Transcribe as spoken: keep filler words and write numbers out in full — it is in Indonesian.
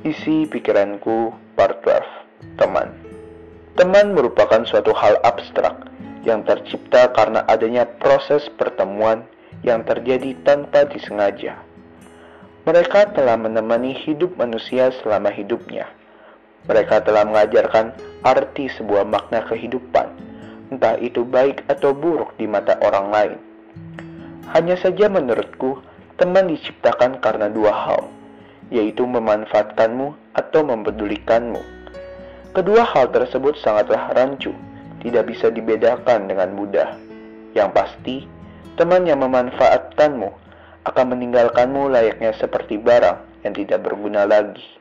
Isi pikiranku part dua. Teman. Teman merupakan suatu hal abstrak yang tercipta karena adanya proses pertemuan yang terjadi tanpa disengaja. Mereka telah menemani hidup manusia selama hidupnya. Mereka telah mengajarkan arti sebuah makna kehidupan, entah itu baik atau buruk di mata orang lain. Hanya saja menurutku, teman diciptakan karena dua hal, yaitu memanfaatkanmu atau mempedulikanmu. Kedua hal tersebut sangatlah rancu, tidak bisa dibedakan dengan mudah. Yang pasti, teman yang memanfaatkanmu akan meninggalkanmu layaknya seperti barang yang tidak berguna lagi.